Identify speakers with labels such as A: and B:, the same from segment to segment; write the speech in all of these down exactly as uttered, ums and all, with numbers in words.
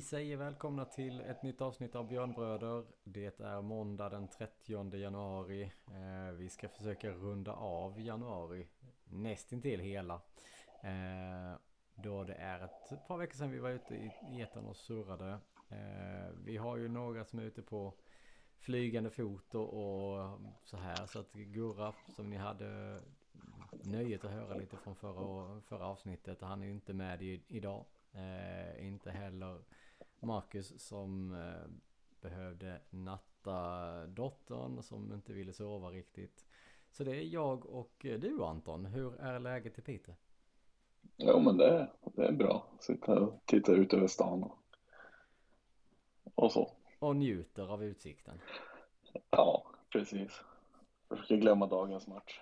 A: säger välkomna till ett nytt avsnitt av Björnbröder. Det är måndag den trettionde januari. Eh, vi ska försöka runda av januari nästintill hela. Eh, då det är ett par veckor sedan vi var ute i etern och surrade. Eh, vi har ju några som är ute på flygande fot och, och så här. Så att Gurra, som ni hade nöjet att höra lite från förra, förra avsnittet, han är ju inte med i, idag. Eh, inte heller Marcus som eh, behövde natta dottern som inte ville sova riktigt. Så det är jag och eh, du Anton. Hur är läget i Piteå?
B: Jo, men det, det är bra. Sitta och titta ut över stan och, och så.
A: Och njuter av utsikten.
B: Ja, precis. Försöker glömma dagens match.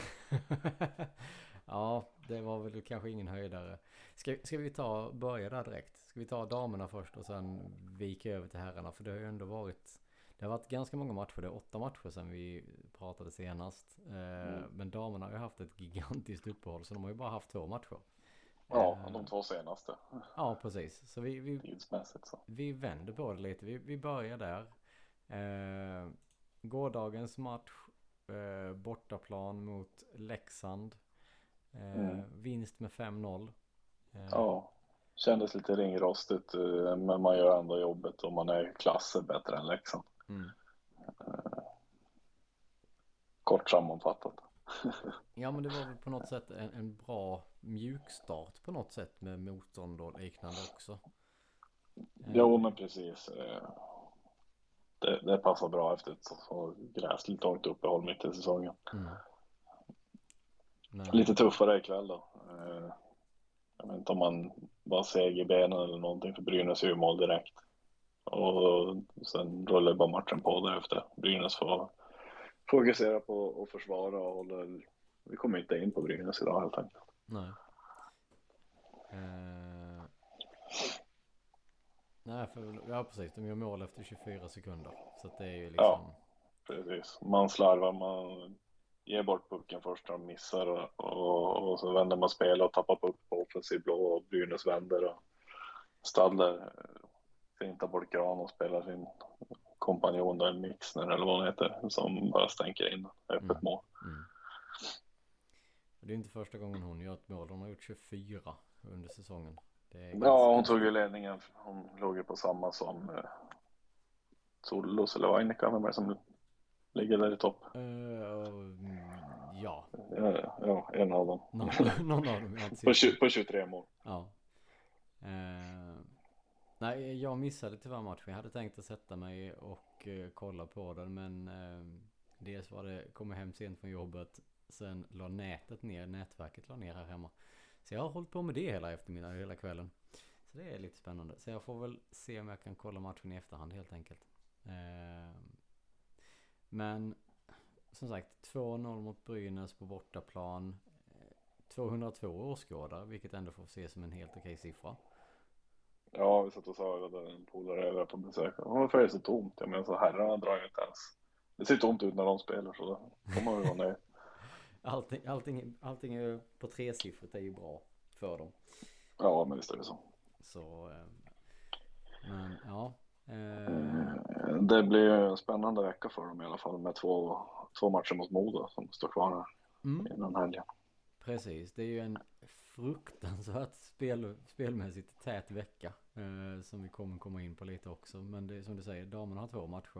A: Ja, det var väl kanske ingen höjdare. Ska, ska vi ta börja där direkt? Ska vi ta damerna först och sen vika över till herrarna? För det har ju ändå varit, det har varit ganska många matcher. Det är åtta matcher sedan vi pratade senast. Eh,
B: Mm.
A: Men damerna har ju haft ett gigantiskt uppehåll, så de har ju bara haft två matcher.
B: Ja,
A: Eh,
B: de två senaste.
A: ja, precis. Så vi, vi,
B: Tidsmässigt så.
A: vi vänder på det lite. Vi, vi börjar där. Eh, gårdagens match. Eh, bortaplan mot Leksand. Eh,
B: Mm.
A: vinst med fem noll. Eh,
B: Ja, kändes lite ringrostigt, eh, men man gör ändå jobbet och man är klasser bättre än Leksand.
A: mm.
B: Kort sammanfattat.
A: Ja, men det var väl på något sätt en, en bra mjukstart på något sätt med motstånd och liknande också. Eh,
B: Jo, men precis. eh, Det, det passar bra efter ett så, så gräsligt långt uppehåll mitt i säsongen.
A: mm. Men,
B: Lite tuffare ikväll då. Eh, Jag vet inte om man bara seg i benen eller någonting, för Brynäs är ju mål direkt. Och sen rullar bara matchen på därefter. Brynäs får fokusera på att försvara och hålla. Vi kommer inte in på Brynäs idag helt enkelt.
A: nej. Eh, nej, för, ja precis. De gör mål efter tjugofyra sekunder. Så att det är ju liksom...
B: Ja, precis. Man slarvar, man ger bort pucken först när de missar och, och, och så vänder man spel och tappar puck på offensiv blå och Brynäs vänder och Stadler fintar bort Gran och spelar sin kompanjon där, Mixner eller vad han heter, som bara stänker in öppet
A: Mm.
B: mål.
A: Mm. Det är inte första gången hon gör ett mål. Hon har gjort tjugofyra under säsongen. Det är ganska...
B: Ja, hon tog ju ledningen. Hon låg ju på samma som eh, Sollos eller Vainika, vem är det som ligger där i topp?
A: Eh, mm, ja,
B: Ja, ja, en av dem.
A: någon, någon av dem. Jag har inte
B: På,
A: sett.
B: tju- på tjugotre mål.
A: Ja. Eh, nej, jag missade tyvärr matchen. Jag hade tänkt att sätta mig och eh, kolla på den. Men eh, dels var det, kom jag hem sent från jobbet. Sen la nätet ner, nätverket la ner här hemma. Så jag har hållit på med det hela eftermiddagen, hela kvällen. Så det är lite spännande. Så jag får väl se om jag kan kolla matchen i efterhand helt enkelt. Eh, men som sagt, två noll mot Brynäs på bortaplan. tvåhundratvå åskådare, vilket ändå får ses som en helt okej siffra.
B: Ja, vi satt och sa att en polare över på besök. Varför är det så tomt? Jag menar, så herrarna drar ju inte ens. Det ser tomt ut när de spelar, så då får man väl vara nöjd.
A: Allting, allting, allting är på tresiffrigt är ju bra för dem.
B: Ja, men visst är det så.
A: Så, eh, men ja. Eh,
B: Mm, Det blir ju en spännande vecka för dem i alla fall med två, två matcher mot Modo som står kvar här
A: mm,
B: innan helgen.
A: precis, det är ju en fruktansvärt spel, spelmässigt tät vecka eh, som vi kommer komma in på lite också. Men det är som du säger, damerna har två matcher.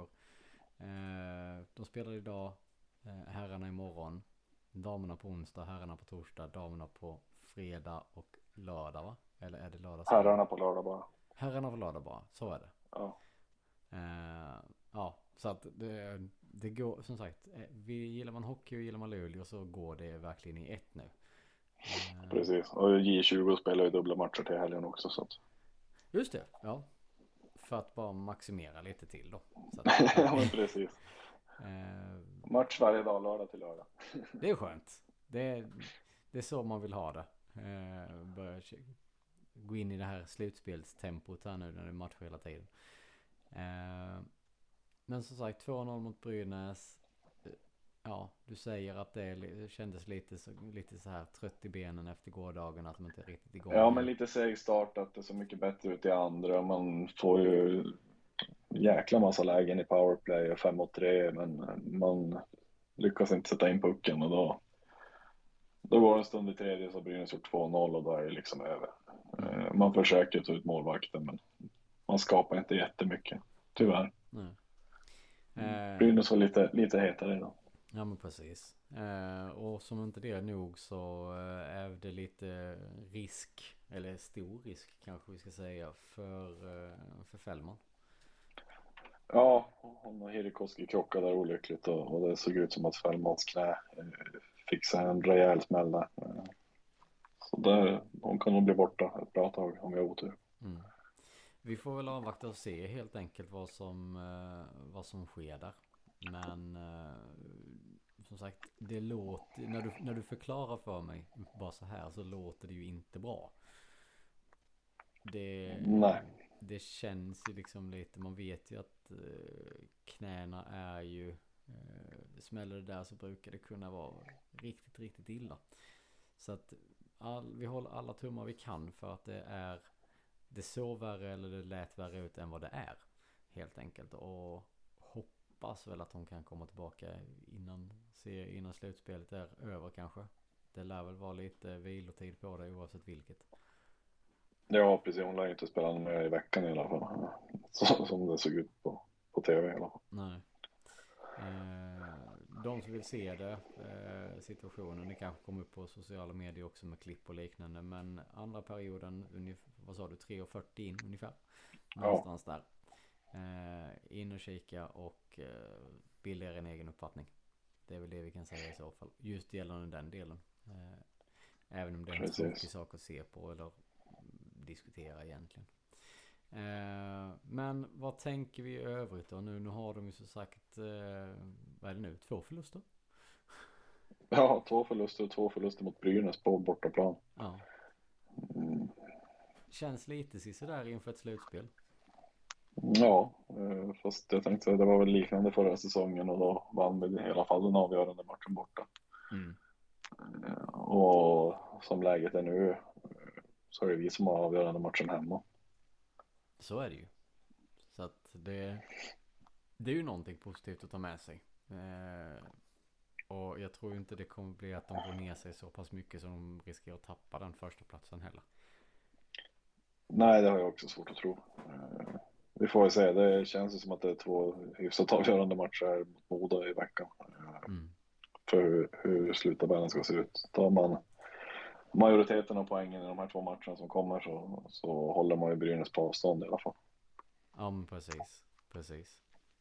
A: Eh, de spelar idag, eh, herrarna imorgon. Damerna på onsdag, herrarna på torsdag, damerna på fredag och lördag, va? Eller är det lördag?
B: Herrarna på lördag bara.
A: Herrarna på lördag bara, så är det.
B: Ja,
A: Eh, ja, så att det, det går, som sagt, eh, vi, gillar man hockey och gillar man Luleå så går det verkligen i ett nu. Eh,
B: precis. Och J tjugo spelar ju dubbla matcher till helgen också. Så att...
A: just det, ja. För att bara maximera lite till då. Så att,
B: ja, men precis.
A: eh,
B: Match varje dag, lördag till lördag.
A: det är skönt. Det är, det är så man vill ha det. Eh, börja gå in i det här slutspelstempot här nu när det är match hela tiden. Eh, men som sagt, två noll mot Brynäs. ja, du säger att det li- kändes lite så, lite så här trött i benen efter gårdagen, att de inte är riktigt igång
B: Ja, men
A: än.
B: lite seg start, att det ser mycket bättre ut i andra. Man får ju jäkla massa lägen i powerplay och fem mot tre, men man lyckas inte sätta in pucken och då, då går det en stund i tredje så Brynäs gjort två noll och då är det liksom över.
A: Mm.
B: Eh, Man försöker ta ut målvakten, men man skapar inte jättemycket, tyvärr.
A: Nej. Eh,
B: Brynäs var lite, lite hetare idag.
A: ja men precis. Eh, och som inte det är nog så eh, är det lite risk, eller stor risk kanske vi ska säga, för, eh, för Fällman.
B: Ja, hon och Hirikoski krockade där olyckligt och, och det såg ut som att Fällmans knä eh, fick sig en rejäl smäll där. Eh, Så där, hon kan nog bli borta ett bra tag om vi har otur.
A: Mm. Vi får väl avvakta och se helt enkelt vad som, eh, vad som sker där. Men eh, som sagt, det låter, när du, när du förklarar för mig bara så här så låter det ju inte bra. Det,
B: Nej.
A: det känns ju liksom lite, man vet ju att eh, knäna är ju, eh, smäller det där så brukar det kunna vara riktigt, riktigt illa. Så att all, vi håller alla tummar vi kan för att det är det såg värre eller det lät värre ut än vad det är helt enkelt, och hoppas väl att hon kan komma tillbaka innan, se, innan slutspelet är över kanske. Det lär väl vara lite vilotid på det oavsett vilket.
B: Ja, precis. Hon lär ju inte spela mer i veckan i alla fall. Så, som det såg ut på, på tv i alla fall.
A: Nej. Eh, de som vill se det, eh, situationen, det kanske kommer upp på sociala medier också med klipp och liknande, men andra perioden, ungefär, vad sa du, tre och fyrtio in ungefär, någonstans ja. Där eh, in och kika och eh, bilda er en egen uppfattning. Det är väl det vi kan säga i så fall, just gällande den delen, eh, även om det är en tråkig sak att se på eller diskutera egentligen. Eh, men vad tänker vi i övrigt då? Nu, nu har de ju så sagt, eh, vad är det nu? Två förluster?
B: Ja, två förluster och två förluster mot Brynäs på bortaplan.
A: Ja.
B: Mm.
A: Känns lite sådär inför ett slutspel.
B: Ja, fast jag tänkte att det var väl liknande förra säsongen och då vann vi i alla fall den avgörande matchen borta.
A: Mm.
B: Och som läget är nu så är det vi som har avgörande matchen hemma.
A: Så är det ju. Så att det, det är ju någonting positivt att ta med sig. Eh, och jag tror inte det kommer bli att de går ner sig så pass mycket som de riskerar att tappa den första platsen heller.
B: Nej, det har jag också svårt att tro. Vi får ju se. Det känns som att det är två hyfsat avgörande matcher mot Modo i veckan. Mm. För hur, hur sluttabellen ska se ut. Tar man majoriteten av poängen i de här två matcherna som kommer så, så håller man ju Brynäs på avstånd i alla fall.
A: Ja, men precis. Precis.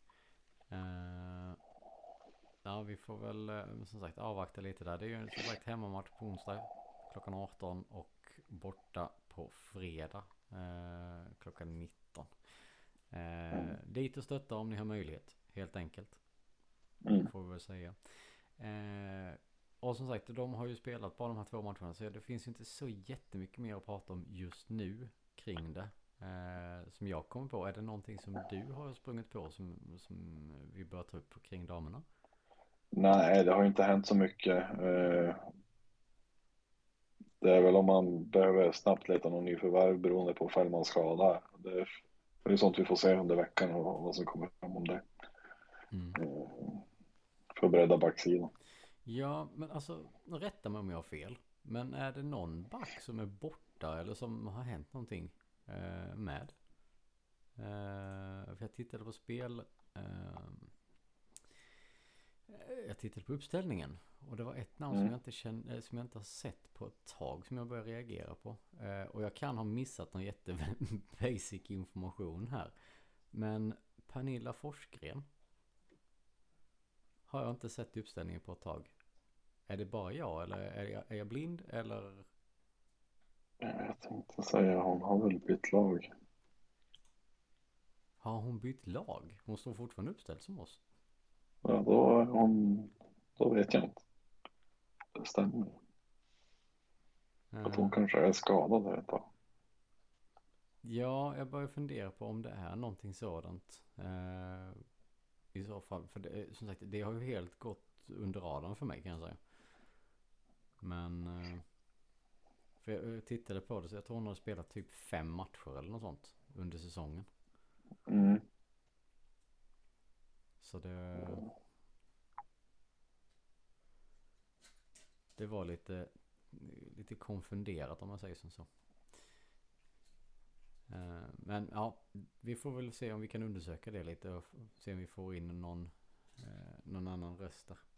A: Uh, ja, vi får väl som sagt avvakta lite där. Det är ju som sagt hemmamatch på onsdag klockan arton och borta på fredag uh, klockan nitton. Uh, mm. Dit och stötta om ni har möjlighet, helt enkelt. Mm. Får vi väl säga. Uh, och som sagt, de har ju spelat bara de här två matcherna, så det finns ju inte så jättemycket mer att prata om just nu kring det. Eh, som jag kommer på. Är det någonting som du har sprungit på som, som vi bör ta upp kring damerna?
B: Nej, det har inte hänt så mycket. Eh, det är väl om man behöver snabbt leta någon ny förvärv beroende på Fällmans skada. Det är, det är sånt vi får se under veckan och vad som kommer fram om det. Mm. Eh, förberedda backsidan.
A: Ja, men alltså, rätta mig om jag har fel. Men är det någon back som är borta eller som har hänt någonting eh, med? Eh, för jag tittade på spel. Eh, jag tittade på uppställningen. Och det var ett namn mm. som, jag inte kände, som jag inte har sett på ett tag som jag började reagera på. Eh, och jag kan ha missat någon jätte basic information här. Men Pernilla Forsgren har jag inte sett i uppställningen på ett tag. Är det bara jag eller är jag, är jag blind eller?
B: Jag tänkte säga hon har väl bytt lag.
A: Har hon bytt lag? Hon står fortfarande uppställd som oss.
B: Ja, då, hon, då vet jag inte. Det stämmer. Uh. Att hon kanske är skadad ett tag.
A: Ja, jag börjar fundera på om det är någonting sådant. Uh, I så fall, för det, som sagt, det har ju helt gått under radarn för mig, kan jag säga. Men eh, för jag tittade på det, så jag tror hon har spelat typ fem matcher eller något sånt under säsongen.
B: Mm.
A: Så det det var lite lite konfunderat, om man säger som så. Eh, men ja, vi får väl se om vi kan undersöka det lite och se om vi får in någon eh, någon annan röst där.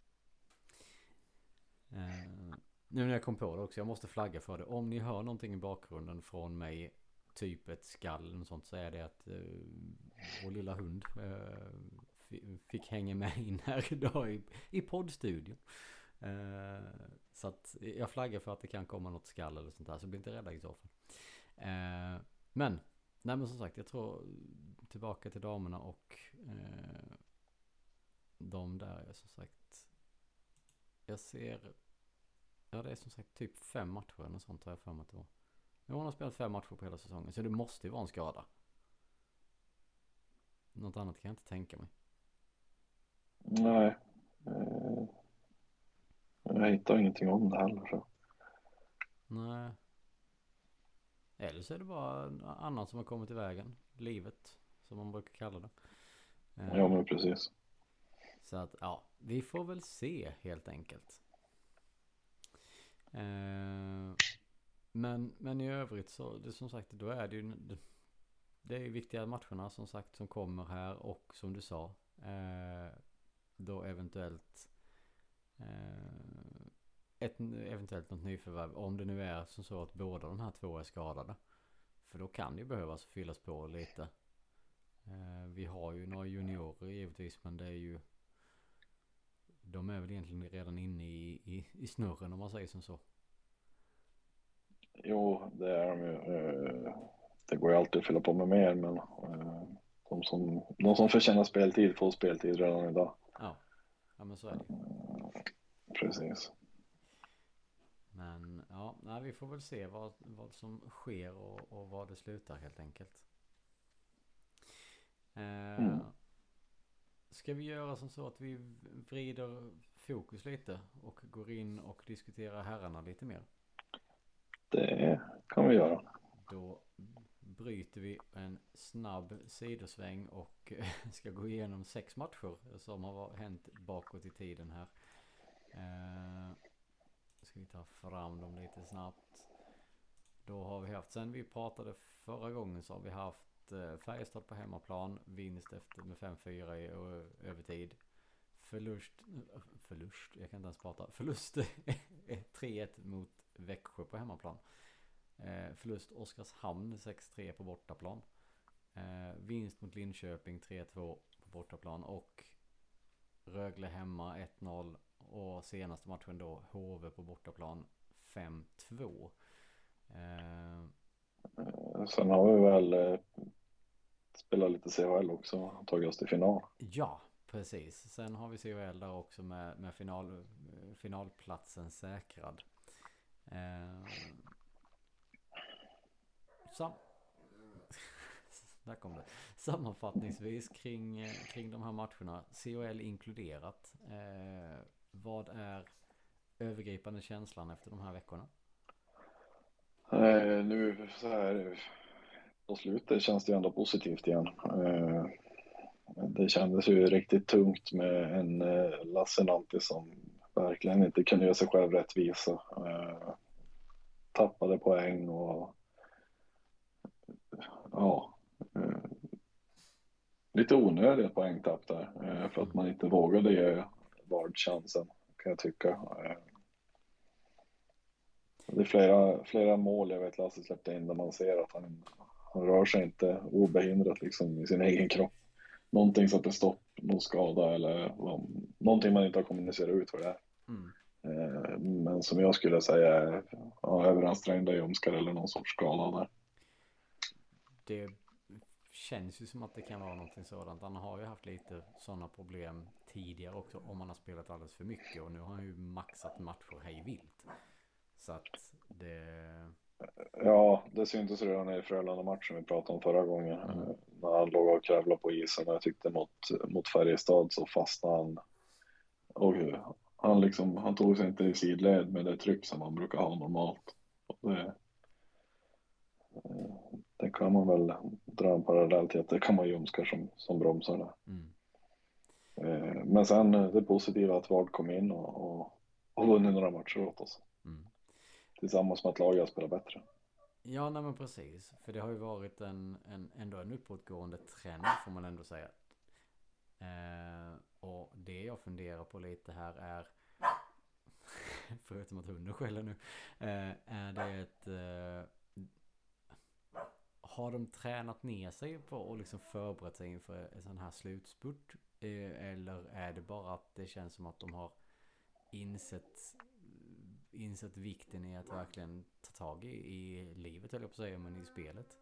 A: Eh, nu när jag kom på det också, jag måste flagga för det. Om ni hör någonting i bakgrunden från mig, typ ett skall eller något sånt, så är det att eh, vår lilla hund eh, f- fick hänga med in här idag i, i poddstudion. Eh, så att jag flaggar för att det kan komma något skall eller sånt där, så bli inte rädda i så fall. Eh, men, nej men som sagt, jag tror tillbaka till damerna och eh, de där, som sagt, jag ser, ja det är som sagt typ fem matcher eller sånt, har jag för mig att det var. Men hon har spelat fem matcher på hela säsongen, så det måste ju vara en skada. Något annat kan jag inte tänka mig.
B: Nej. Eh, jag hittar ingenting om det heller. Så.
A: Nej. Eller så är det bara en annan som har kommit i vägen. Livet, som man brukar kalla det. Eh,
B: Ja, men precis.
A: Så att, ja, vi får väl se helt enkelt. Eh, men, men i övrigt så, det som sagt, då är det ju det, det är ju viktiga matcherna som sagt som kommer här, och som du sa, eh, då eventuellt eh, ett, eventuellt något nyförvärv, om det nu är som så att båda de här två är skadade. För då kan det ju behövas fyllas på lite. Eh, vi har ju några juniorer givetvis, men det är ju, de är väl egentligen redan inne i, i, i snurren, om man säger som så.
B: Jo, det är de ju. Eh, det går ju alltid att fylla på med mer, men eh, de som, de som förtjänar speltid får speltid redan idag.
A: Ja, ja men så är det ju.
B: Precis.
A: Men ja, nej, vi får väl se vad, vad som sker och, och vad det slutar helt enkelt. Eh,
B: Mm.
A: Ska vi göra som så att vi vrider fokus lite och går in och diskuterar herrarna lite mer?
B: Det kan vi göra.
A: Då bryter vi en snabb sidosväng och ska gå igenom sex matcher som har hänt bakåt i tiden här. Eh, ska vi ta fram dem lite snabbt. Då har vi haft, sen vi pratade förra gången, så har vi haft eh, Färjestad på hemmaplan, vinst efter med fem fyra i ö- övertid. Förlust, förlust, jag kan inte ens prata. Förlust tre ett mot Växjö på hemmaplan. Eh, förlust Oskarshamn sex tre på bortaplan. Eh, vinst mot Linköping tre två på bortaplan, och Rögle hemma ett noll, och senaste matchen då H V på bortaplan fem två. Eh,
B: Sen har vi väl eh, spelat lite C H L också, tagit oss till final.
A: ja, precis. Sen har vi C H L där också med, med final, finalplatsen säkrad. Eh, sam där kom det. Sammanfattningsvis kring, kring de här matcherna, C H L inkluderat. Eh, vad är övergripande känslan efter de här veckorna?
B: Eh, nu så här på slutet känns det ju ändå positivt igen. Eh, det kändes ju riktigt tungt med en eh, Lassinantti som verkligen inte kunde göra sig själv rättvisa. Eh, tappade poäng och ja, eh, lite onödiga poängtapp där eh, för att man inte vågade ge Vard chansen, kan jag tycka. Eh, det är flera, flera mål jag vet Lasse släppte in där man ser att han, han rör sig inte obehindrat liksom i sin egen kropp. Någonting satte stopp, någon skada eller vad, någonting man inte har kommunicerat ut för det är.
A: Mm.
B: Eh, men som jag skulle säga är ja, överansträngda ljumskar eller någon sorts skada där.
A: Det känns ju som att det kan vara någonting sådant. Han har ju haft lite sådana problem tidigare också, om han har spelat alldeles för mycket, och nu har han ju maxat matcher hej vilt. Så att det...
B: Ja, det syntes redan i Frölunda-matchen vi pratade om förra gången.
A: Mm.
B: Eh, när han låg och kravlade på isen. Jag tyckte mot, mot Färjestad så fastnade han och han, liksom, han tog sig inte i sidled med det tryck som han brukar ha normalt. Och det, det kan man väl dra en parallell till att det kan man Ljumskar som, som bromsar där.
A: Mm.
B: Men sen det positiva att Vard kom in och, och, och vunnit några matcher åt oss.
A: Mm.
B: Tillsammans med att laget spelar bättre.
A: Ja, nej men precis. För det har ju varit en, en, ändå en uppåtgående trend får man ändå säga. Eh, och det jag funderar på lite här är förutom att hunden skäller nu eh, är det ett eh, har de tränat ner sig på att liksom förberett sig inför en sån här slutspurt eh, eller är det bara att det känns som att de har insett insett vikten i att verkligen ta tag i, i livet eller på att säga men i spelet?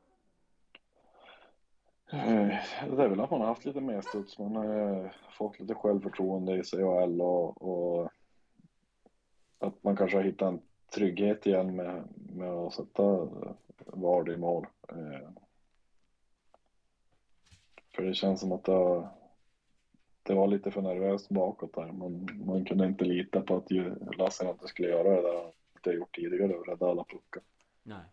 B: Det är väl att man har haft lite mer studs. Man har fått lite självförtroende i C H L och, och att man kanske har hittat en trygghet igen med, med att sätta Vard i mål. För det känns som att det, det var lite för nervöst bakåt där. Man, man kunde inte lita på att Lasse inte skulle göra det där att jag gjort tidigare och rädda alla puckar.
A: Nej.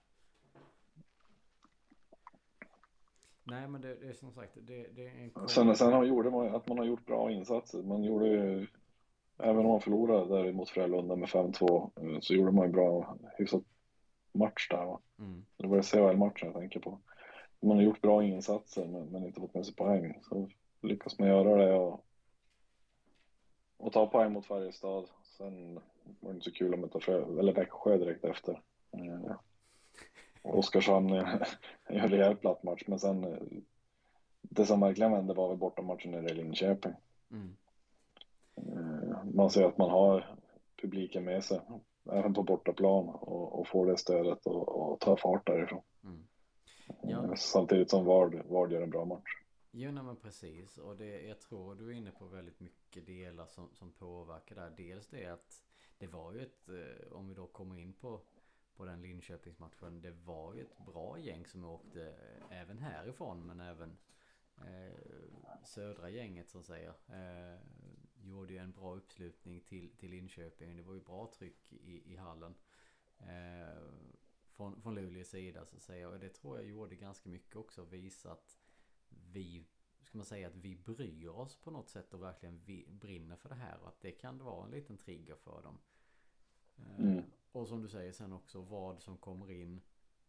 A: Nej, men det, det är som sagt det, det är en
B: sen, sen har gjorde man att man har gjort bra insatser. Man gjorde ju, även om man förlorade där mot Frölunda med fem två så gjorde man ju bra hyfsat match där va. Mm. Det var det C H L-matchen jag tänker på. Man har gjort bra insatser men, men inte fått med sig poäng. Så lyckas man göra det och, och ta poäng mot Färjestad. Sen var det inte så kul om inte Frö, eller Växjö direkt efter. Eh, Oskarshamn är en rejäl platt match men sen det som verkligen vände var väl bortamatchen i Linköping. Mm. Eh, man ser att man har publiken med sig även på bortaplan och, och får det stödet och, och tar fart därifrån. Mm. Ja. Samtidigt som Vard, Vard gör en bra match.
A: Jo, nej, men precis. Och det, jag tror du är inne på väldigt mycket delar som, som påverkar där. Dels det att det var ju ett, om vi då kommer in på, på den Linköpingsmatchen, det var ju ett bra gäng som åkte även härifrån men även eh, södra gänget så att säga. Eh, gjorde ju en bra uppslutning till, till Linköping. Det var ju bra tryck i, i hallen. Eh, Från, från Luleås sida så att säga. Och det tror jag gjorde ganska mycket också. Visa att vi, ska man säga att vi bryr oss på något sätt och verkligen vi brinner för det här. Och att det kan vara en liten trigger för dem. Mm. Eh, och som du säger sen också vad som kommer in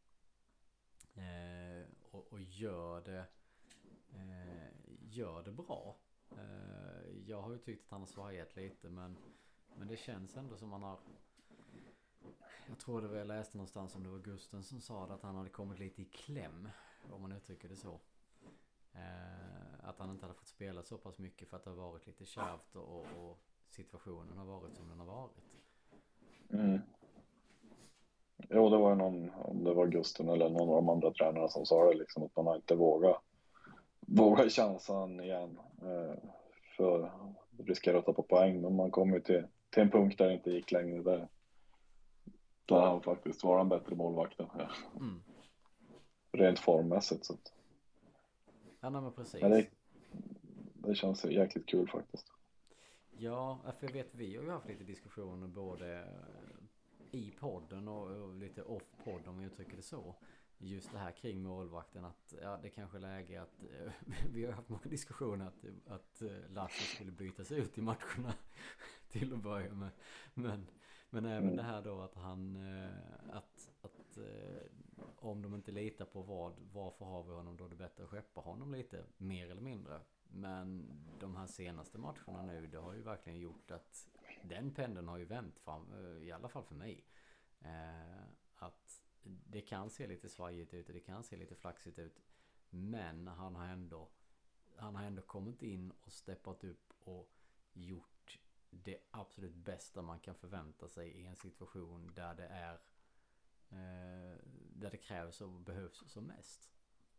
A: eh, och, och gör det eh, gör det bra. Eh, jag har ju tyckt att han har svajat lite men, men det känns ändå som man har. Jag tror det var jag läste någonstans om det var Gusten som sa det, att han hade kommit lite i kläm om man uttrycker det så. Eh, att han inte hade fått spela så pass mycket för att det har varit lite kärvt och, och situationen har varit som den har varit.
B: Mm. Jo, det var någon, om det var Gusten eller någon av de andra tränarna som sa det liksom, att man har inte vågat våga chansen igen eh, för att riskera att tappa poäng, men man kom ju till, till en punkt där det inte gick längre där. Där han faktiskt var en bättre målvakt. Ja. Mm. Rent formmässigt. Så att.
A: Ja, nej, men precis.
B: Men det, det känns jäkligt kul faktiskt.
A: Ja, för jag vet vi har ju haft lite diskussioner både i podden och, och lite off-podd om vi uttrycker det så. Just det här kring målvakten att ja, det kanske är läge att vi har haft många diskussioner att, att Lasse skulle bytas ut i matcherna till att börja med. Men Men även mm. det här då att han att, att om de inte litar på vad, varför har vi honom då, det är bättre att skeppa honom lite mer eller mindre. Men de här senaste matcherna nu, det har ju verkligen gjort att den pendeln har ju vänt fram, i alla fall för mig. Att det kan se lite svajigt ut och det kan se lite flaxigt ut, men han har ändå han har ändå kommit in och steppat upp och gjort det absolut bästa man kan förvänta sig i en situation där det är eh, där det krävs och behövs som mest.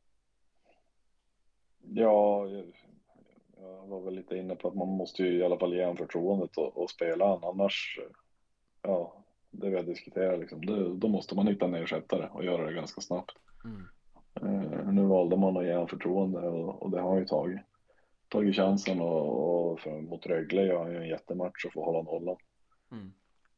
B: Ja, jag, jag var väl lite inne på att man måste ju i alla fall ge en förtroendet och, och spela, annars ja, det vi har diskuterat liksom, det, då måste man hitta en ersättare och göra det ganska snabbt. Mm. Eh, nu valde man att ge en förtroende och, och det har ju tagit. tagit chansen och, och för, mot Rögle gör han ju en jättematch och får hålla nollan.
A: Mm.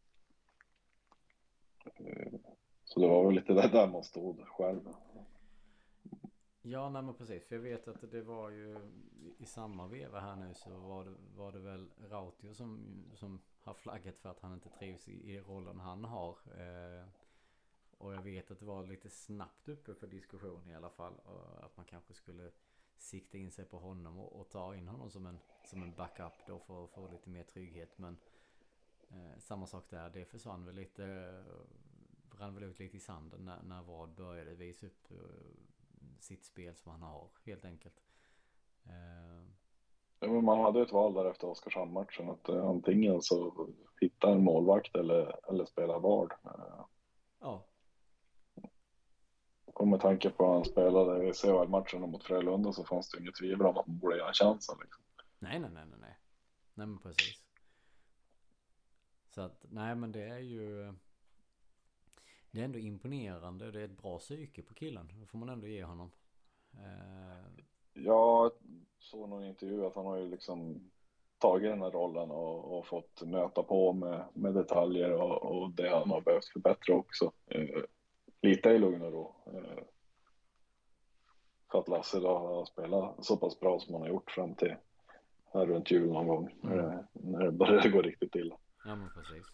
B: Så det var väl lite där, där man stod själv.
A: Ja, nej men precis. För jag vet att det var ju i samma veva här nu så var det, var det väl Rautio som, som har flaggat för att han inte trivs i, i rollen han har. Eh, och jag vet att det var lite snabbt uppe för diskussion i alla fall. Och att man kanske skulle sikta in sig på honom och, och ta in honom som en, som en backup då för att få lite mer trygghet. Men eh, samma sak där, det försvann väl lite, eh, rann väl ut lite i sanden när, när Vad började visa upp eh, sitt spel som han har, helt enkelt. Eh,
B: Ja, men man hade ett val där efter Oskarshamn-matchen att eh, antingen så hitta en målvakt eller, eller spela Vard. Eh,
A: ja,
B: och med tanke på att han spelade i C H L-matchen mot Frölunda så fanns det inget tvivel om att man borde ge en chansen. Liksom.
A: nej, nej, nej, nej, nej. Nej, men precis. Så att, nej, men det är ju... Det är ändå imponerande. Det är ett bra psyke på killen. Det får man ändå ge honom. Eh,
B: Jag såg någon intervju att han har ju liksom tagit den här rollen och, och fått möta på med, med detaljer och, och det han har behövt förbättra också. Eh, lite i lugn och ro. Eh, för att Lasse då har spelat så pass bra som han har gjort fram till här runt jul någon gång. När,
A: mm.
B: det, när det började gå riktigt illa.
A: Ja, men precis.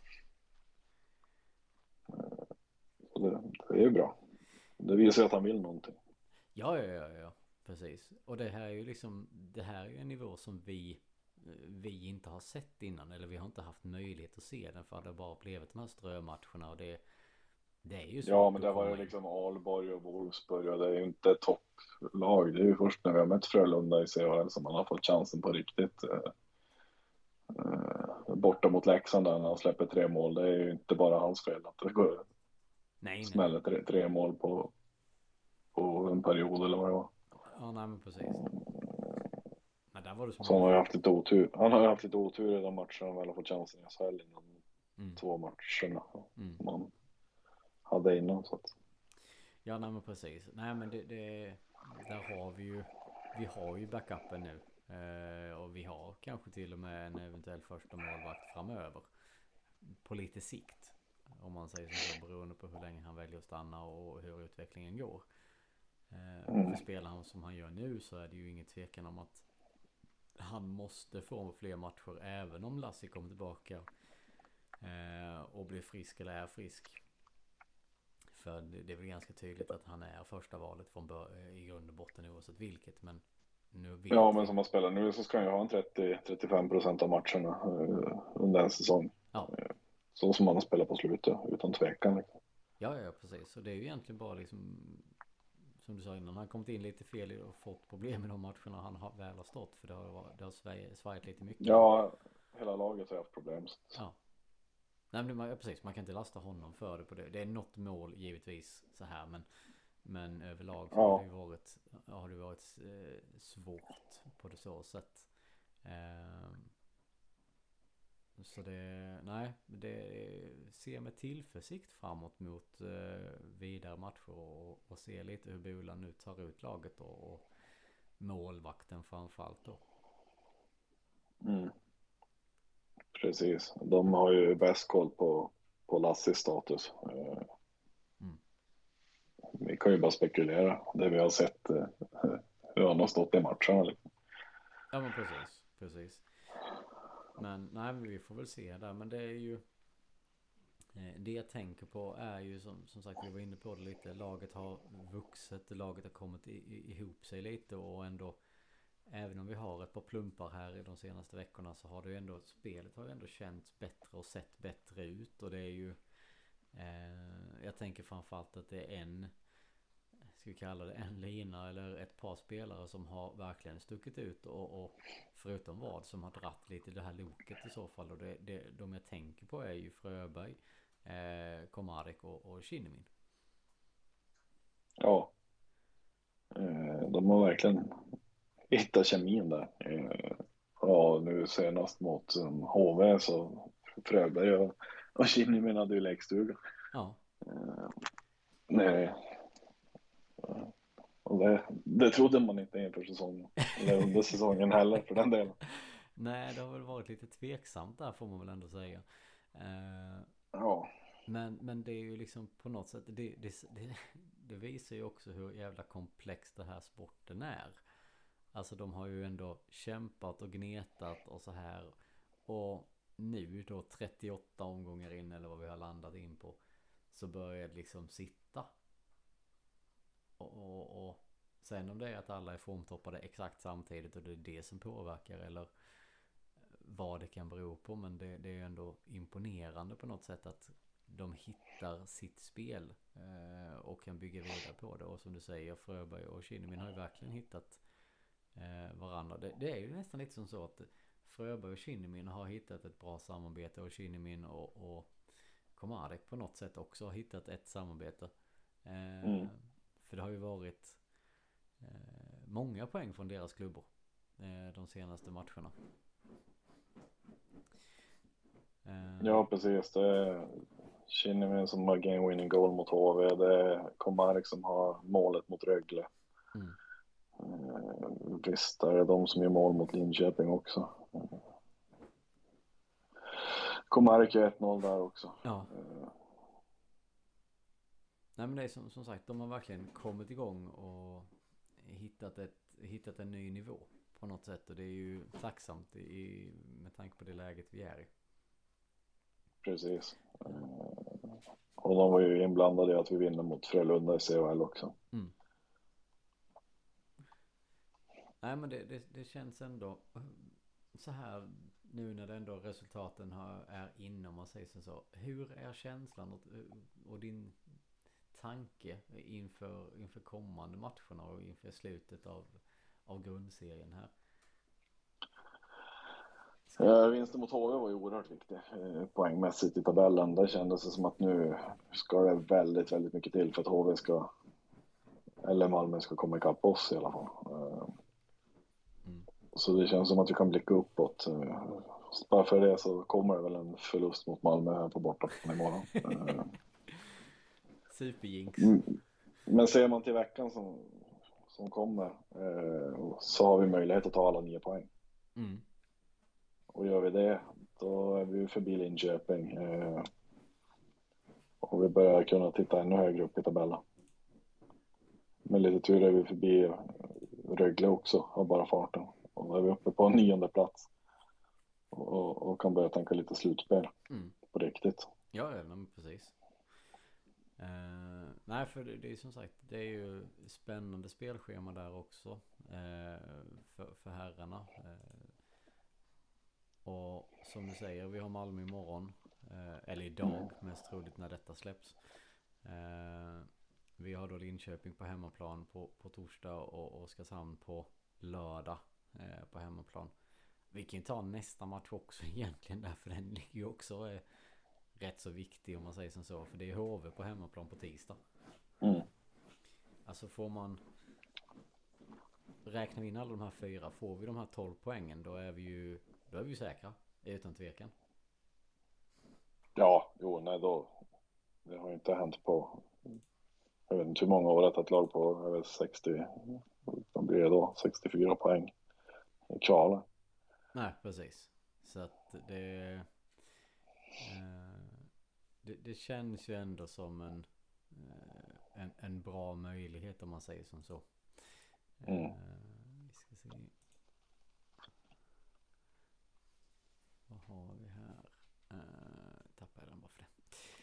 B: Så det, det är ju bra. Det visar att han vill någonting.
A: Ja, ja, ja, ja. Precis. Och det här är ju liksom... Det här är ju en nivå som vi... Vi inte har sett innan. Eller vi har inte haft möjlighet att se den. För det har bara blivit de här strömatcherna. Och det... Det är ju så.
B: Ja, men det var ju liksom Aalborg och Wolfsburg och det är ju inte topplag. Det är ju först när vi har mött Frölunda i C H L som man har fått chansen på riktigt. Borta mot Leksand där när han släpper tre mål. Det är ju inte bara hans fel att det går
A: nej,
B: smäller
A: nej.
B: tre, tre mål på, på en period eller vad det var.
A: Ja, nej, men precis. Men där var det som...
B: Så han har ju haft lite otur. Han har ju haft lite otur i de matcherna han väl har fått chansen i S H L innan
A: Mm.
B: två matcherna
A: Mm.
B: man hade innan. Så att...
A: Ja, nej men precis. Nej men det, det... Där har vi ju... Vi har ju backupen nu. Eh, och vi har kanske till och med en eventuell första målvakt framöver. På lite sikt. Om man säger så, beroende på hur länge han väljer att stanna och hur utvecklingen går. Eh,
B: Mm.
A: För spelar han som han gör nu så är det ju ingen tvekan om att han måste få fler matcher även om Lassie kommer tillbaka eh, och blir frisk eller är frisk. För det, det är väl ganska tydligt att han är första valet från bör- i grund och botten oavsett vilket. Men nu vet
B: Ja,
A: vi-
B: men som han spelar nu så ska han ju ha en trettio till trettiofem procent av matcherna uh, under en säsong.
A: Ja.
B: Uh, så som han har spelat på slutet, utan tvekan. Liksom.
A: Ja, ja, precis. Så det är ju egentligen bara liksom, som du sa innan, han har kommit in lite fel och fått problem i de matcherna han har väl har stått. För det har, varit- det har svaj- svajat lite mycket.
B: Ja, hela laget har haft problem.
A: Ja. Nej, men man, ja, precis. Man kan inte lasta honom för det på det. Det är något mål givetvis så här, men men överlag så
B: Ja.
A: har det ju varit, har det varit eh, svårt på det så sätt. Eh, så det, nej, det ser med tillförsikt framåt mot eh, vidare matcher och, och se lite hur Bulan nu tar ut laget och, och målvakten framförallt då.
B: Mm. Precis, de har ju bäst koll på, på Lasses status. Uh,
A: Mm.
B: Vi kan ju bara spekulera det vi har sett uh, hur han har stått i matcherna. Liksom.
A: Ja, men precis, precis. Men nej, vi får väl se där. Men det är ju eh, det jag tänker på är ju som, som sagt, vi var inne på det lite. Laget har vuxit, laget har kommit i, i, ihop sig lite och ändå, även om vi har ett par plumpar här i de senaste veckorna så har det ju ändå, spelet har ju ändå känts bättre och sett bättre ut. Och det är ju eh, jag tänker framförallt att det är en, ska vi kalla det en lina eller ett par spelare som har verkligen stuckit ut och, och förutom vad som har dratt lite det här loket i så fall. Och det, det, de jag tänker på är ju Fröberg, eh, Komarek och, och Kinnimin.
B: Ja, uh, de har verkligen hittat kemin där. Uh, ja, nu senast mot um, H V så Fröberg och, och Kinnimin hade ju lekstuga.
A: Ja.
B: Uh, nej. Och det, det trodde man inte inför säsongen. Eller under säsongen heller för den delen.
A: Nej, det har väl varit lite tveksamt där får man väl ändå säga. Eh,
B: Ja,
A: men, men det är ju liksom på något sätt, det, det, det, det visar ju också hur jävla komplex det här sporten är. Alltså de har ju ändå kämpat och gnetat och så här. Och nu då trettioåtta omgångar in eller vad vi har landat in på, så börjar det liksom sitta. Och, och, och sen om det är att alla är formtoppade exakt samtidigt och det är det som påverkar eller vad det kan bero på, men det, det är ändå imponerande på något sätt att de hittar sitt spel eh, och kan bygga vidare på det. Och som du säger, Fröberg och Kinnimin har ju verkligen hittat eh, varandra. Det, det är ju nästan lite som så att Fröberg och Kinnimin har hittat ett bra samarbete och Kinnimin och, och Komarek på något sätt också har hittat ett samarbete. Eh,
B: mm.
A: För det har ju varit eh, många poäng från deras klubbor eh, de senaste matcherna. Eh,
B: Ja, precis. Det är Kinnimin som har game winning goal mot H V. Det är Komarek som har målet mot Rögle.
A: mm.
B: Eh, visst är det de som gör mål mot Linköping också. Komarek är ett noll där också.
A: Ja.
B: Eh,
A: Nej, men det är som, som sagt, de har verkligen kommit igång och hittat, ett, hittat en ny nivå på något sätt. Och det är ju tacksamt i, med tanke på det läget vi är i.
B: precis. Eh, och de var ju inblandade i att vi vinner mot Frölunda i C H L också.
A: Mm. Nej, men det, det, det känns ändå så här nu när det ändå resultaten har, är inne, om man säger så. Hur är känslan och, och din tanke inför, inför kommande matcherna och inför slutet av, av grundserien här?
B: Eh, vinsten mot H V var ju oerhört viktig eh, poängmässigt i tabellen. Där kändes det som att nu ska det väldigt, väldigt mycket till för att H V ska, eller Malmö ska komma ikapp oss i alla fall. Eh,
A: Mm.
B: Så det känns som att vi kan blicka uppåt. Eh, bara för det så kommer det väl en förlust mot Malmö här på bortaplan imorgon. Eh,
A: Superjinx.
B: mm, men ser man till veckan som, som kommer eh, så har vi möjlighet att ta alla nio poäng.
A: Mm.
B: Och gör vi det, då är vi förbi Linköping. Eh, och vi börjar kunna titta ännu högre upp i tabellen. Med lite tur är vi förbi Rögle också av bara farten. Och då är vi uppe på nionde plats. Och, och, och kan börja tänka lite slutspel
A: Mm.
B: på riktigt.
A: Ja, ja, men precis. Uh, nej, för det, det är som sagt, det är ju spännande spelschema där också uh, för, för herrarna. Uh, och som du säger, vi har Malmö imorgon. Uh, eller idag, mest troligt när detta släpps. Uh, vi har då Linköping på hemmaplan på, på torsdag och Oskarshamn på lördag uh, på hemmaplan. Vi kan ju ta nästa match också egentligen, därför den ligger ju också uh, rätt så viktig om man säger som så. För det är H V på hemmaplan på tisdag.
B: Mm.
A: Alltså får man räkna in alla de här fyra, får vi de här tolv poängen, då är vi ju då är vi ju säkra, utan tvekan.
B: Ja, jo, nej då. Det har inte hänt på, jag vet inte hur många år att ett lag på över sextio, vad blir det då? sextiofyra poäng i kvalet.
A: Nej, precis. Så att det eh, det, det känns ju ändå som en, eh, en en bra möjlighet om man säger som så.
B: Mm.
A: Eh, vi ska se. Vad har vi här? Eh, tappade jag den bara för det.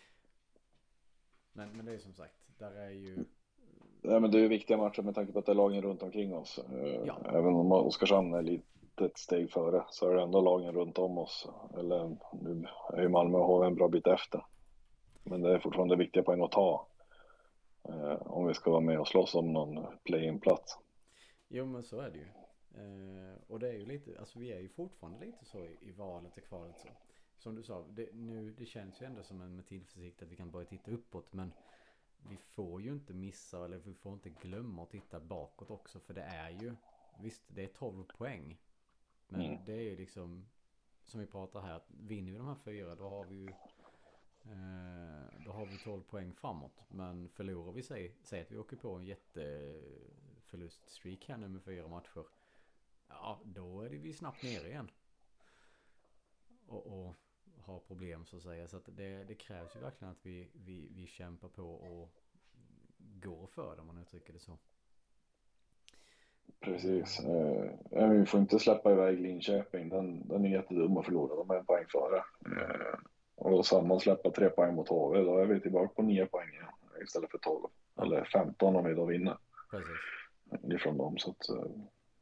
A: Men, men det är som sagt, där är ju...
B: Nej, men det är ju viktiga matcher med tanke på att det är lagen runt omkring oss.
A: Ja.
B: Även om Oskarshamn är lite ett steg före så är det ändå lagen runt om oss. Eller nu är ju Malmö och H V en bra bit efter. Men det är fortfarande viktiga poäng att ta. Eh, om vi ska vara med och slåss om någon play-in-plats.
A: Jo, men så är det ju. Eh, och det är ju lite, alltså vi är ju fortfarande lite så i, i valet och kvalet så. Som du sa, det, nu, det känns ju ändå som en med tillförsikt att vi kan börja titta uppåt, men vi får ju inte missa eller vi får inte glömma att titta bakåt också, för det är ju, visst det är tolv poäng, men
B: Mm.
A: det är ju liksom som vi pratar här, vinner vi de här fyra då har vi ju eh, då har vi tolv poäng framåt, men förlorar vi sig, säg att vi åker på en jätte förluststreak här nu med fyra matcher. Ja, då är det vi snabbt ner igen. Och, och har problem så att säga. Så att det, det krävs ju verkligen att vi, vi, vi kämpar på och går för det, om man uttrycker det så.
B: Precis. Eh, vi får inte släppa iväg Linköping. Den, den är jättedum att förlora. De är en poäng före. Eh, och samma släppa tre poäng mot H V. Då är vi tillbaka på nio poäng igen, istället för tolv. Ja. Eller femton om vi då vinner.
A: Precis.
B: Ifrån dem. Så att, eh...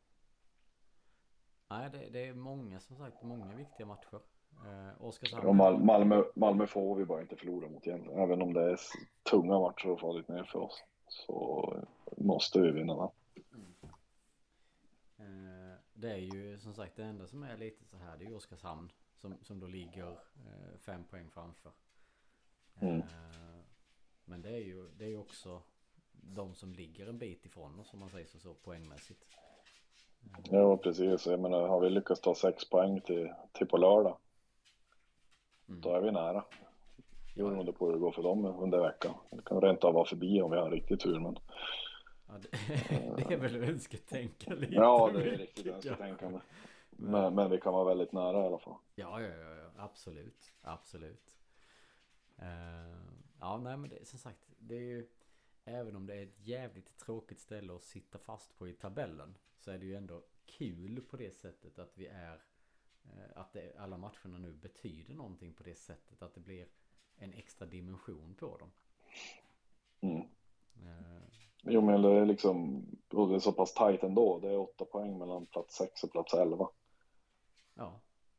A: Nej, det, det är många, som sagt, många viktiga matcher. Eh, Oskarshamn.
B: Ja, Mal Malmö, Malmö får vi bara inte förlora mot igen. Även om det är tunga matcher och farligt ner för oss, så måste vi vinna den.
A: Mm. Eh, det är ju som sagt det enda som är lite så här, det är ju Oskarshamn som, som då ligger eh, fem poäng framför. Eh, mm. Men det är ju det är ju också de som ligger en bit ifrån oss, som man säger så, så poängmässigt.
B: Eh. Ja, precis. Jag menar, har vi lyckats ta sex poäng till, till på lördag, mm. då är vi nära. Jo, det på hur det går för dem under veckan. Det kan rent av vara förbi om vi har riktigt tur, men...
A: Ja, det, det är väl önsketänka lite.
B: Ja, det är riktigt önsketänkande. Men, men vi kan vara väldigt nära i alla fall.
A: Ja, ja, ja, ja. Absolut. Absolut. Uh, ja, nej, men det, som sagt, det är ju, även om det är ett jävligt tråkigt ställe att sitta fast på i tabellen, så är det ju ändå kul på det sättet att vi är, uh, att det, alla matcherna nu betyder någonting på det sättet, att det blir en extra dimension på dem.
B: Mm.
A: Uh,
B: Jo, men det är liksom, och det är så pass tajt ändå. Det är åtta poäng mellan plats sex och plats elva.
A: Ja.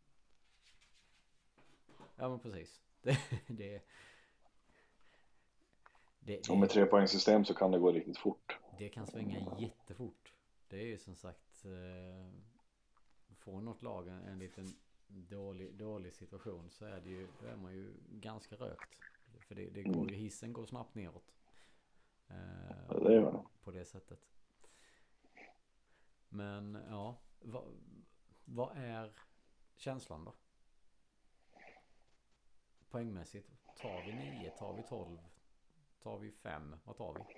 A: Ja, men precis. Det, det, det,
B: och med tre poängsystem så kan det gå riktigt fort.
A: Det kan svänga jättefort. Det är ju som sagt, eh, får något lag en, en liten dålig, dålig situation, så är det ju, då är man ju ganska rökt. För det, det går ju, hissen går snabbt neråt. Eh,
B: ja, det är det.
A: På det sättet. Men ja, vad, vad är känslan då? Poängmässigt, tar vi nio, tar vi tolv, tar vi fem, vad tar vi?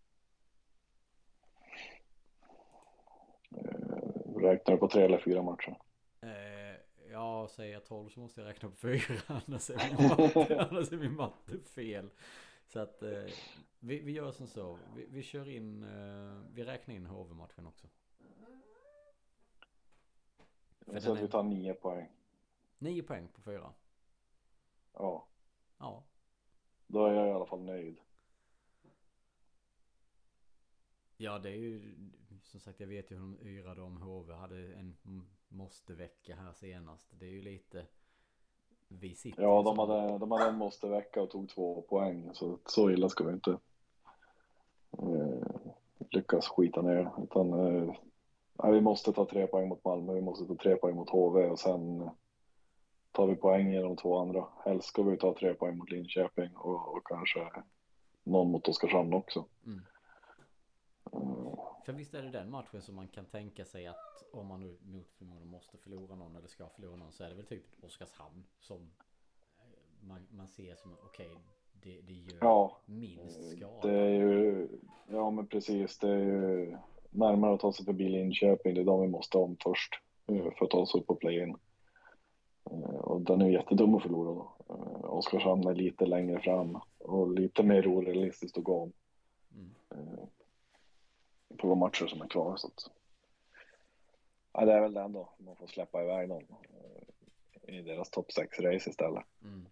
B: Eh, räknar du på tre eller fyra matcher?
A: Eh, ja, säger jag tolv så måste jag räkna på fyra, annars är min matte, annars är min matte fel. Så att eh, vi, vi gör som så, vi, vi kör in, eh, vi räknar in H V-matchen också.
B: För så att är... vi tar nio poäng.
A: Nio poäng på fyra.
B: Ja.
A: Ja.
B: Då är jag i alla fall nöjd.
A: Ja, det är ju som sagt, jag vet ju hur de yrade om H V hade en måste vecka här senast. Det är ju lite vi sitter.
B: Ja, de hade, de hade en måste vecka och tog två poäng, så så illa ska vi inte eh, lyckas skita ner, utan eh, nej, vi måste ta tre poäng mot Malmö, vi måste ta tre poäng mot H V och sen tar vi poäng i de två andra. Helst ska vi ta tre poäng mot Linköping och, och kanske någon mot Oskarshamn också.
A: Mm.
B: Mm.
A: För visst är det den matchen som man kan tänka sig att om man nu mot förmodan måste förlora någon eller ska förlora någon, så är det väl typ Oskarshamn som man, man ser som okej, okay, det, det gör
B: ja,
A: minst skada.
B: Det är ju, ja men precis, det är ju närmare att ta sig förbi Linköping, det är de vi måste om först för att ta oss upp på play-in. Och den är ju jättedum att förlora då. Oskarshamn är lite längre fram och lite mer orealistiskt att gå om. Mm. På de matcher som är kvar, så att... ja, det är väl den då. Man får släppa iväg någon i deras topp sex race istället.
A: Mm.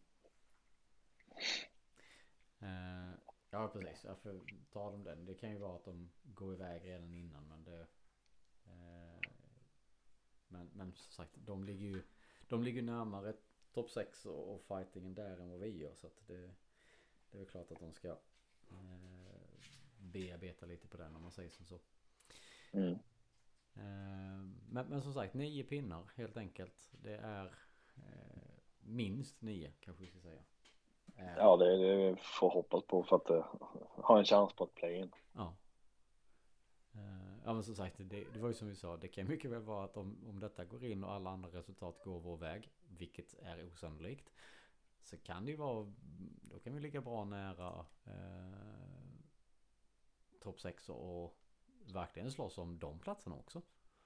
A: Uh, ja, precis. Jag får ta dem den. Det kan ju vara att de går iväg redan innan, men det... Uh, men, men som sagt, de ligger ju de ligger närmare topp sex och, och fightingen där än vad vi gör, så att det, det är väl klart att de ska uh, bearbeta lite på den, om man säger som så.
B: Mm.
A: Uh, men, men som sagt, nio pinnar helt enkelt. Det är uh, minst nio, kanske vi ska säga. Uh,
B: ja, det är det vi får hoppas på för att uh, ha en chans på att play-in.
A: Ja. Uh, ja, men som sagt, det, det var ju som vi sa, det kan mycket väl vara att om, om detta går in och alla andra resultat går vår väg, vilket är osannolikt, så kan det ju vara, då kan vi ligga bra nära uh, topp sex och verkligen slåss om de platserna också.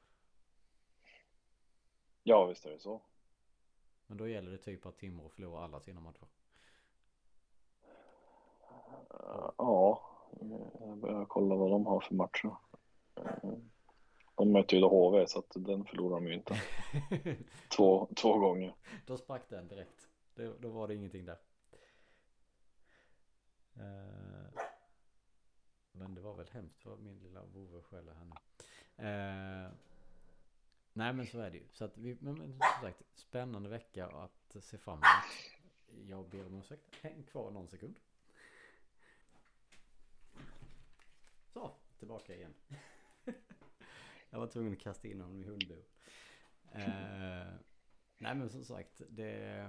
B: Ja, visst är det så.
A: Men då gäller det typ att Timrå förlorar alla sina matcher.
B: Uh, ja, jag börjar kolla vad de har för matcher. Uh, de möter ju då H V, så att den förlorar de ju inte. två, två gånger.
A: Då sprack den direkt. Då, då var det ingenting där. Uh, men det var väl hemskt för min lilla vovve skäller här nu. Uh, nej men så är det ju. Så att vi, men, men som sagt, spännande vecka att se fram emot. Jag ber om ursäkt. Häng kvar någon sekund. Så, tillbaka igen. Jag var tvungen att kasta in honom i hundbur. Uh, nej men som sagt, det...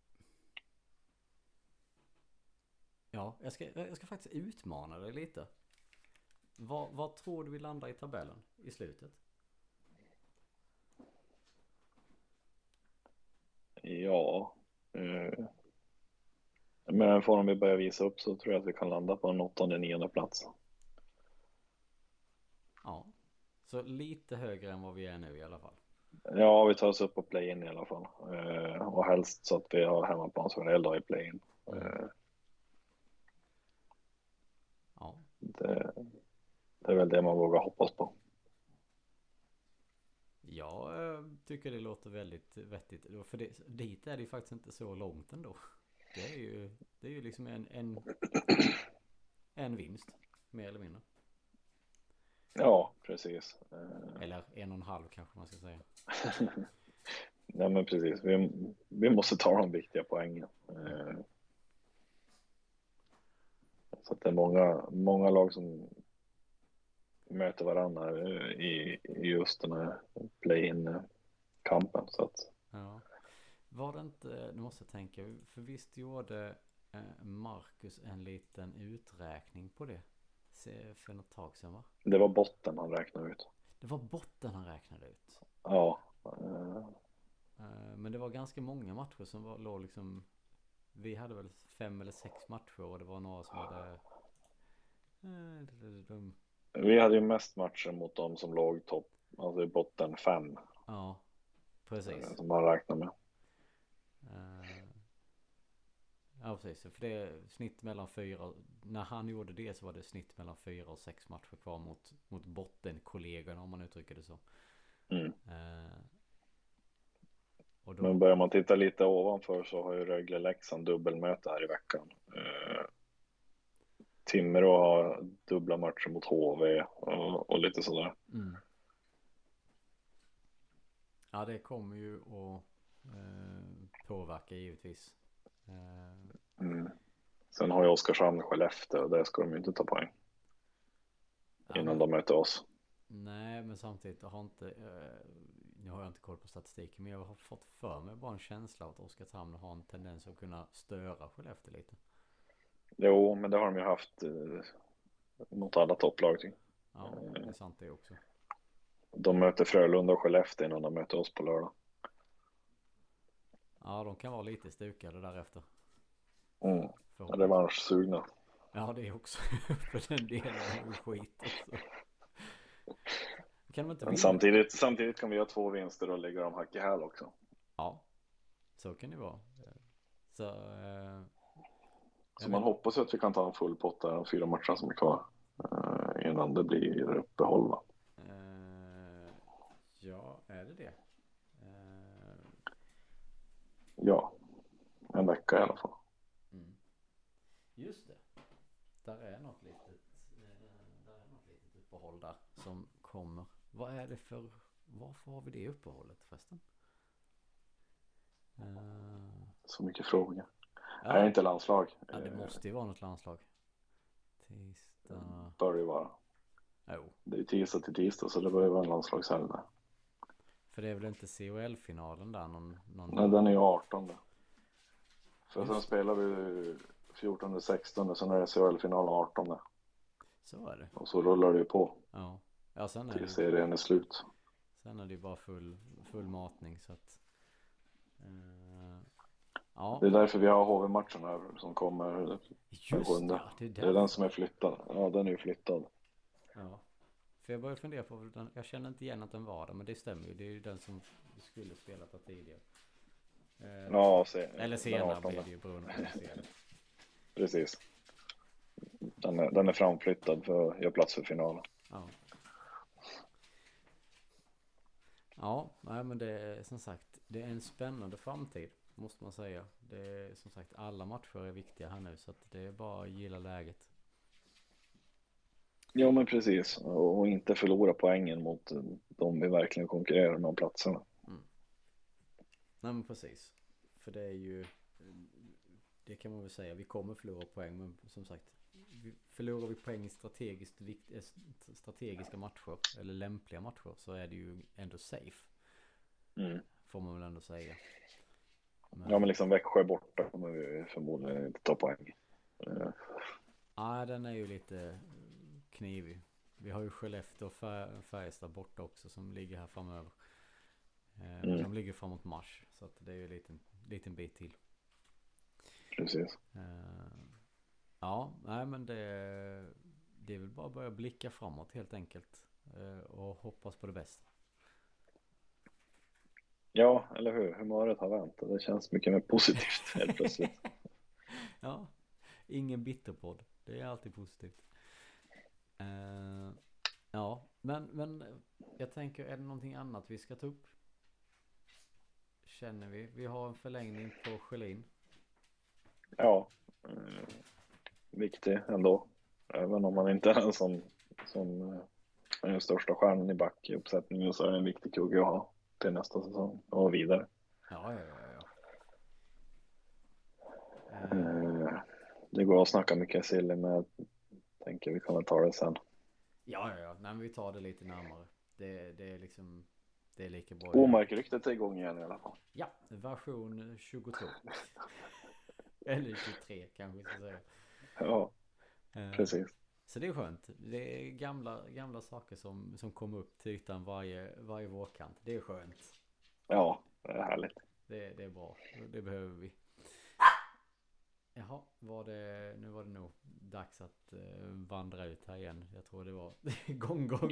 A: Ja, jag ska, jag ska faktiskt utmana dig lite. Vad, vad tror du vi landar i tabellen i slutet?
B: Ja. Eh, med den form vi börjar visa upp så tror jag att vi kan landa på en åttonde, nionde plats.
A: Ja, så lite högre än vad vi är nu i alla fall.
B: Ja, vi tar oss upp på play-in i alla fall. Eh, och helst så att vi har hemmaplansfördel då i play-in. Eh,
A: ja.
B: Det, det är väl det man vågar hoppas på.
A: Jag äh, tycker det låter väldigt vettigt. För det, dit är det ju faktiskt inte så långt ändå. Det är ju, det är ju liksom en, en, en vinst, mer eller mindre.
B: Ja, precis. Eh.
A: Eller en och en halv kanske man ska säga.
B: Nej men precis, vi, vi måste ta de viktiga poängen. Eh. Så att det är många, många lag som möter varandra i, i just den här play-in-kampen. Så att...
A: Ja. Var det inte, nu måste jag tänka, för visst gjorde eh, Marcus en liten uträkning på det för något tag sedan, va?
B: Det var botten han räknade ut.
A: Det var botten han räknade ut?
B: Ja. Eh.
A: Eh, men det var ganska många matcher som var, låg liksom, vi hade väl fem eller sex matcher och det var några som hade eh, de...
B: Vi hade ju mest matcher mot dem som låg topp, alltså i botten fem.
A: Ja, precis.
B: Som man räknar med.
A: Uh, ja, precis. För det är snitt mellan fyra. När han gjorde det så var det snitt mellan fyra och sex matcher kvar mot, mot bottenkollegorna, om man uttrycker det så.
B: Mm.
A: Uh, och då...
B: Men börjar man titta lite ovanför så har ju Rögle Leksand dubbelmöte här i veckan. Uh, Timrå har dubbla matcher mot H V och, och lite sådär.
A: Mm. Ja, det kommer ju att eh, påverka givetvis. Eh.
B: Mm. Sen har ju Oskarshamn Skellefteå och där ska de ju inte ta poäng. Ja, innan men... de möter oss.
A: Nej, men samtidigt har inte, eh, nu har jag inte koll på statistiken, men jag har fått för mig bara en känsla av att Oskarshamn har en tendens att kunna störa Skellefteå lite.
B: Jo, men det har de ju haft eh, mot alla topplag.
A: Ja, det är sant det också.
B: De möter Frölunda och Skellefteå innan de möter oss på lördag.
A: Ja, de kan vara lite stukade därefter.
B: Mm. Revanschsugna.
A: Ja, det är också för den delen av skit också. Kan de inte
B: Men samtidigt, samtidigt kan vi ha två vinster och lägga dem hack i häl också.
A: Ja, så kan det vara. Så, eh,
B: så man hoppas att vi kan ta en full pott där, de fyra matcherna som är kvar. Eh, innan det blir uppehåll, va?
A: Eh, ja, är det det? Eh...
B: Ja, en vecka i alla fall.
A: Mm. Just det. Där är något litet, eh, där är något litet uppehåll där som kommer. Vad är det för, varför har vi det uppehållet förresten? Eh...
B: Så mycket frågor.
A: Ja.
B: Är det inte landslag?
A: Ja, det måste ju vara något landslag. Tisdag.
B: Bör det ju vara.
A: Jo.
B: Det är tisdag till tisdag så det bör ju vara en landslagshelg där.
A: För det är väl inte C H L-finalen där? Någon, någon...
B: Nej, den är ju artonde. För just. Sen spelar vi fjortonde, sextonde, sen är det C H L-final artonde.
A: Så är det.
B: Och så rullar det ju på.
A: Ja. Ja, sen är
B: till
A: det...
B: serien är slut.
A: Sen är det ju bara full, full matning så att... Uh... Ja.
B: Det är därför vi har H V-matchen här som kommer.
A: Just det, ja, det, är
B: det är den som är flyttad. Ja, den är ju flyttad.
A: Ja. För jag började fundera på, den, jag känner inte igen att den var där, men det stämmer ju. Det är ju den som skulle spelat där tidigare. Eh,
B: Ja, se,
A: eller senare blir det ju beroende på det.
B: Precis. Den är, den är framflyttad för att göra plats för finalen.
A: Ja. Ja, nej, men det är som sagt, det är en spännande framtid, måste man säga. Det är som sagt, alla matcher är viktiga här nu, så att det är bara att gilla läget.
B: Ja, men precis. Och inte förlora poängen mot de vi verkligen konkurrerar med om platserna.
A: Mm. Nej, men precis. För det är ju, det kan man väl säga, vi kommer förlora poäng, men som sagt, förlorar vi poäng i strategiskt vikt, strategiska matcher eller lämpliga matcher, så är det ju ändå safe.
B: Mm.
A: Får man väl ändå säga.
B: Men... Ja, men liksom Växjö borta kommer vi förmodligen inte ta poäng.
A: Ja, ah, den är ju lite knivig. Vi har ju Skellefteå och Fär- Färjestad borta också som ligger här framöver. Eh, mm. De ligger framåt mars, så att det är ju en liten, liten bit till.
B: Precis.
A: Eh, ja, nej, men det, det är väl bara att börja blicka framåt helt enkelt. Eh, och hoppas på det bästa.
B: Ja, eller hur? Humöret har vänt. Det känns mycket mer positivt helt plötsligt.
A: Ja, ingen bitterpodd. Det är alltid positivt. Uh, ja, men, men jag tänker, är det någonting annat vi ska ta upp? Känner vi? Vi har en förlängning på Schelin.
B: Ja, eh, viktig ändå. Även om man inte är en sån som eh, är den största stjärnan i back i uppsättningen, så är det en viktig kugge att ha till nästa säsong och vidare.
A: Ja, ja, ja,
B: ja. Uh, det går att snacka mycket silly, men jag tänker vi kan ta det sen.
A: Ja, ja, ja. Nej, men vi tar det lite närmare. Det, det är liksom, det är lika bra.
B: Omarkryktet är igång igen i alla fall.
A: Ja, version tjugotvå. Eller tjugotre kanske vi ska säga.
B: Ja, uh, precis.
A: Så det är skönt. Det är gamla, gamla saker som, som kommer upp till ytan varje, varje vårkant. Det är skönt.
B: Ja, det är härligt.
A: Det, det är bra. Det behöver vi. Jaha, var det, nu var det nog dags att uh, vandra ut här igen. Jag tror det var gång, gång.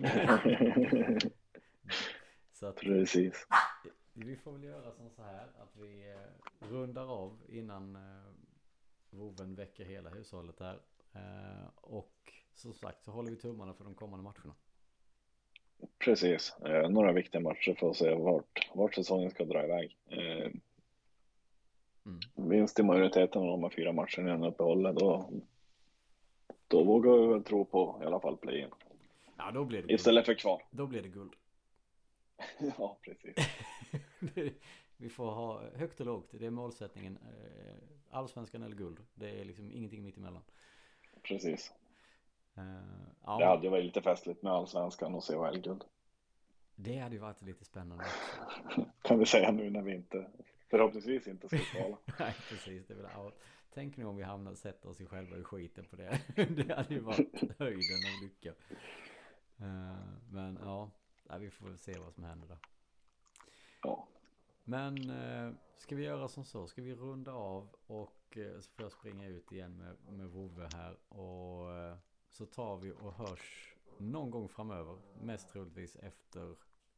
A: Så att,
B: precis.
A: Vi får väl göra som så här att vi uh, rundar av innan uh, Woven väcker hela hushållet där. Uh, och som sagt så håller vi tummarna för de kommande matcherna.
B: Precis, eh, några viktiga matcher för att se vart, vart säsongen ska dra iväg. Eh, mm. Vinst i majoriteten av de här fyra matcherna innan uppehållet, då, då vågar vi väl tro på i alla fall play-in.
A: Ja, då blir det
B: istället för kvar.
A: Då blir det guld.
B: Ja, precis.
A: Vi får ha högt och lågt, det är målsättningen. Allsvenskan eller guld, det är liksom ingenting mitt emellan.
B: Precis.
A: Uh, ja.
B: Det hade ju varit lite festligt med Allsvenskan och C H L-guld.
A: Det hade ju varit lite spännande.
B: Kan vi säga nu när vi inte, förhoppningsvis inte ska spela.
A: Nej, precis. Det är väl out. Tänk nu om vi hamnar och sätter oss själva i skiten på det. Det hade ju varit höjden av lycka. Uh, men ja, vi får väl se vad som händer där.
B: Ja.
A: Men uh, ska vi göra som så? Ska vi runda av och uh, så får jag springa ut igen med, med Vove här och uh, så tar vi och hörs någon gång framöver. Mest troligtvis efter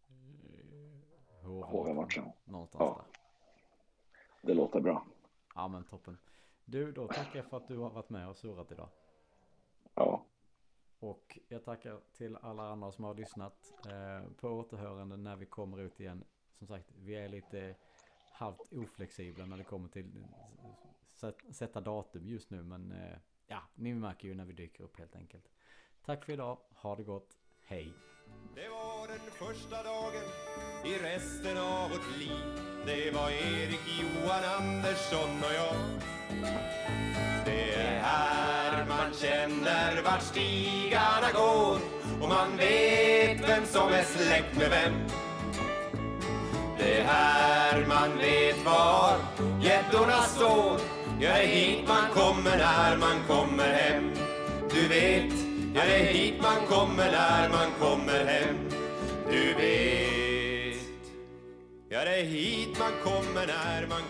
B: H V-matchen.
A: Någonstans
B: ja.
A: där.
B: Det låter bra.
A: Ja, men toppen. Du, då tackar jag för att du har varit med och surrat idag.
B: Ja.
A: Och jag tackar till alla andra som har lyssnat eh, på återhörande när vi kommer ut igen. Som sagt, vi är lite halvt oflexibla när det kommer till sätta datum just nu. Men eh, ja, ni märker ju när vi dyker upp helt enkelt. Tack för idag. Ha det gott. Hej.
C: Det var den första dagen i resten av vårt liv. Det var Erik, Johan, Andersson och jag. Det är här man känner vart stigarna går och man vet vem som är släkt med vem. Det är här man vet var gäddorna står. Ja, det är hit man kommer när man kommer hem. Du vet, ja, det är hit man kommer när man kommer hem. Du vet, ja, det är hit man kommer när man